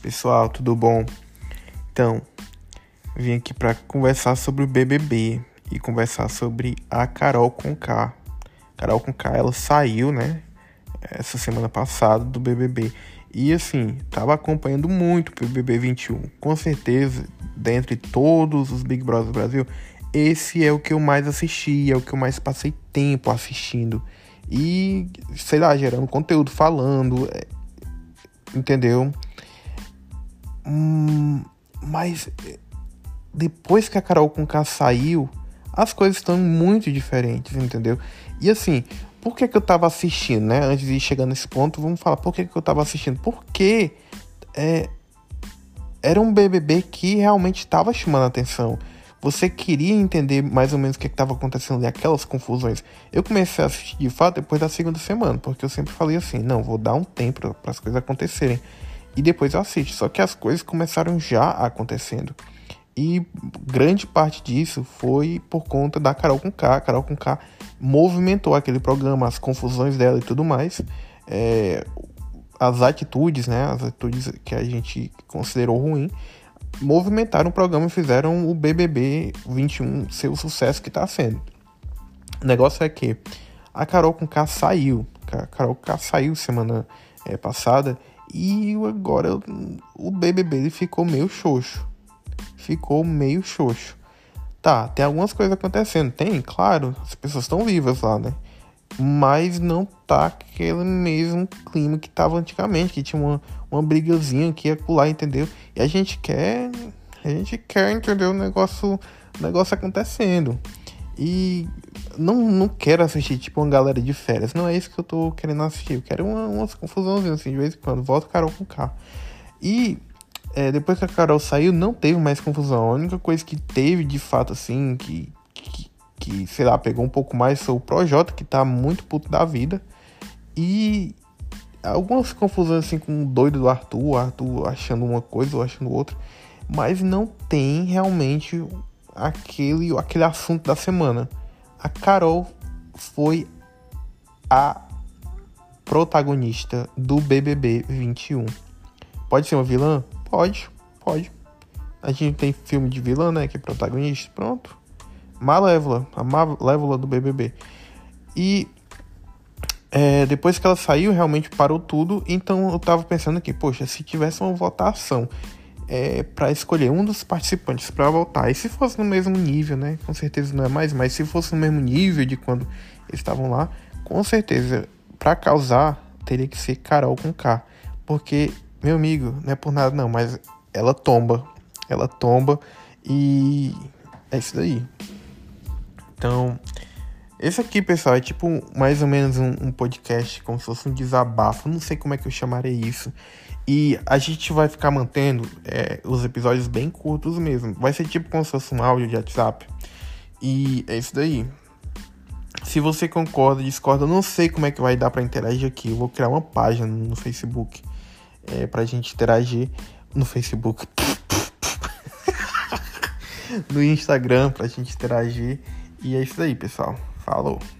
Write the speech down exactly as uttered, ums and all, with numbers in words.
pessoal, tudo bom? Então, vim aqui para conversar sobre o B B B e conversar sobre a Carol Conká. Carol Conká, ela saiu, né, essa semana passada do B B B. E assim, tava acompanhando muito o B B B vinte e um. Com certeza, dentre todos os Big Brother do Brasil, esse é o que eu mais assisti, é o que eu mais passei tempo assistindo. E, sei lá, gerando conteúdo, falando, entendeu? Hum, mas depois que a Carol Conká saiu, as coisas estão muito diferentes, entendeu? E assim, por que que eu tava assistindo, né? Antes de chegar nesse ponto, vamos falar por que que eu tava assistindo. Porque é, era um B B B que realmente estava chamando a atenção. Você queria entender mais ou menos o que estava acontecendo ali, aquelas confusões. Eu comecei a assistir de fato depois da segunda semana, porque eu sempre falei assim, não, vou dar um tempo para as coisas acontecerem. E depois eu assisto. Só que as coisas começaram já acontecendo. E grande parte disso foi por conta da Carol Conká. A Carol Conká movimentou aquele programa, as confusões dela e tudo mais. É, as atitudes, né? As atitudes que a gente considerou ruim, movimentaram o programa e fizeram o B B B vinte e um ser o sucesso que está sendo. O negócio é que a Carol Conká saiu. A Carol Conká saiu semana é, passada. E agora o B B B ele ficou meio xoxo. Ficou meio xoxo. Tá, tem algumas coisas acontecendo. Tem, claro, as pessoas estão vivas lá, né? Mas não tá aquele mesmo clima que tava antigamente, que tinha uma, uma brigazinha que ia pular, entendeu? E a gente quer, a gente quer, entendeu? O negócio, o negócio acontecendo. E não, não quero assistir, tipo, uma galera de férias. Não é isso que eu tô querendo assistir. Eu quero uma, umas confusãozinhas, assim, de vez em quando. Volta Carol Conká. E é, depois que a Carol saiu, não teve mais confusão. A única coisa que teve, de fato, assim, que... que que, sei lá, pegou um pouco mais foi o Projota, que tá muito puto da vida. E algumas confusões assim com o doido do Arthur, o Arthur achando uma coisa ou achando outra. Mas não tem realmente aquele, aquele assunto da semana. A Carol foi a protagonista do B B B vinte e um. Pode ser uma vilã? Pode, pode. A gente tem filme de vilã, né, que é protagonista, pronto. Malévola, a Malévola do B B B. E é, depois que ela saiu, realmente parou tudo. Então eu tava pensando aqui, poxa, se tivesse uma votação é, para escolher um dos participantes para votar, e se fosse no mesmo nível, né? Com certeza não é mais, mas se fosse no mesmo nível de quando eles estavam lá, com certeza, para causar, teria que ser Carol Conká. Porque, meu amigo, não é por nada não, mas ela tomba. Ela tomba e é isso daí. Então, esse aqui, pessoal, é tipo mais ou menos um, um podcast, como se fosse um desabafo. Não sei como é que eu chamarei isso. E a gente vai ficar mantendo é, os episódios bem curtos mesmo. Vai ser tipo como se fosse um áudio de WhatsApp. E é isso daí. Se você concorda, discorda, eu não sei como é que vai dar pra interagir aqui. Eu vou criar uma página no Facebook é, pra gente interagir no Facebook. No Instagram pra gente interagir. E é isso aí, pessoal. Falou.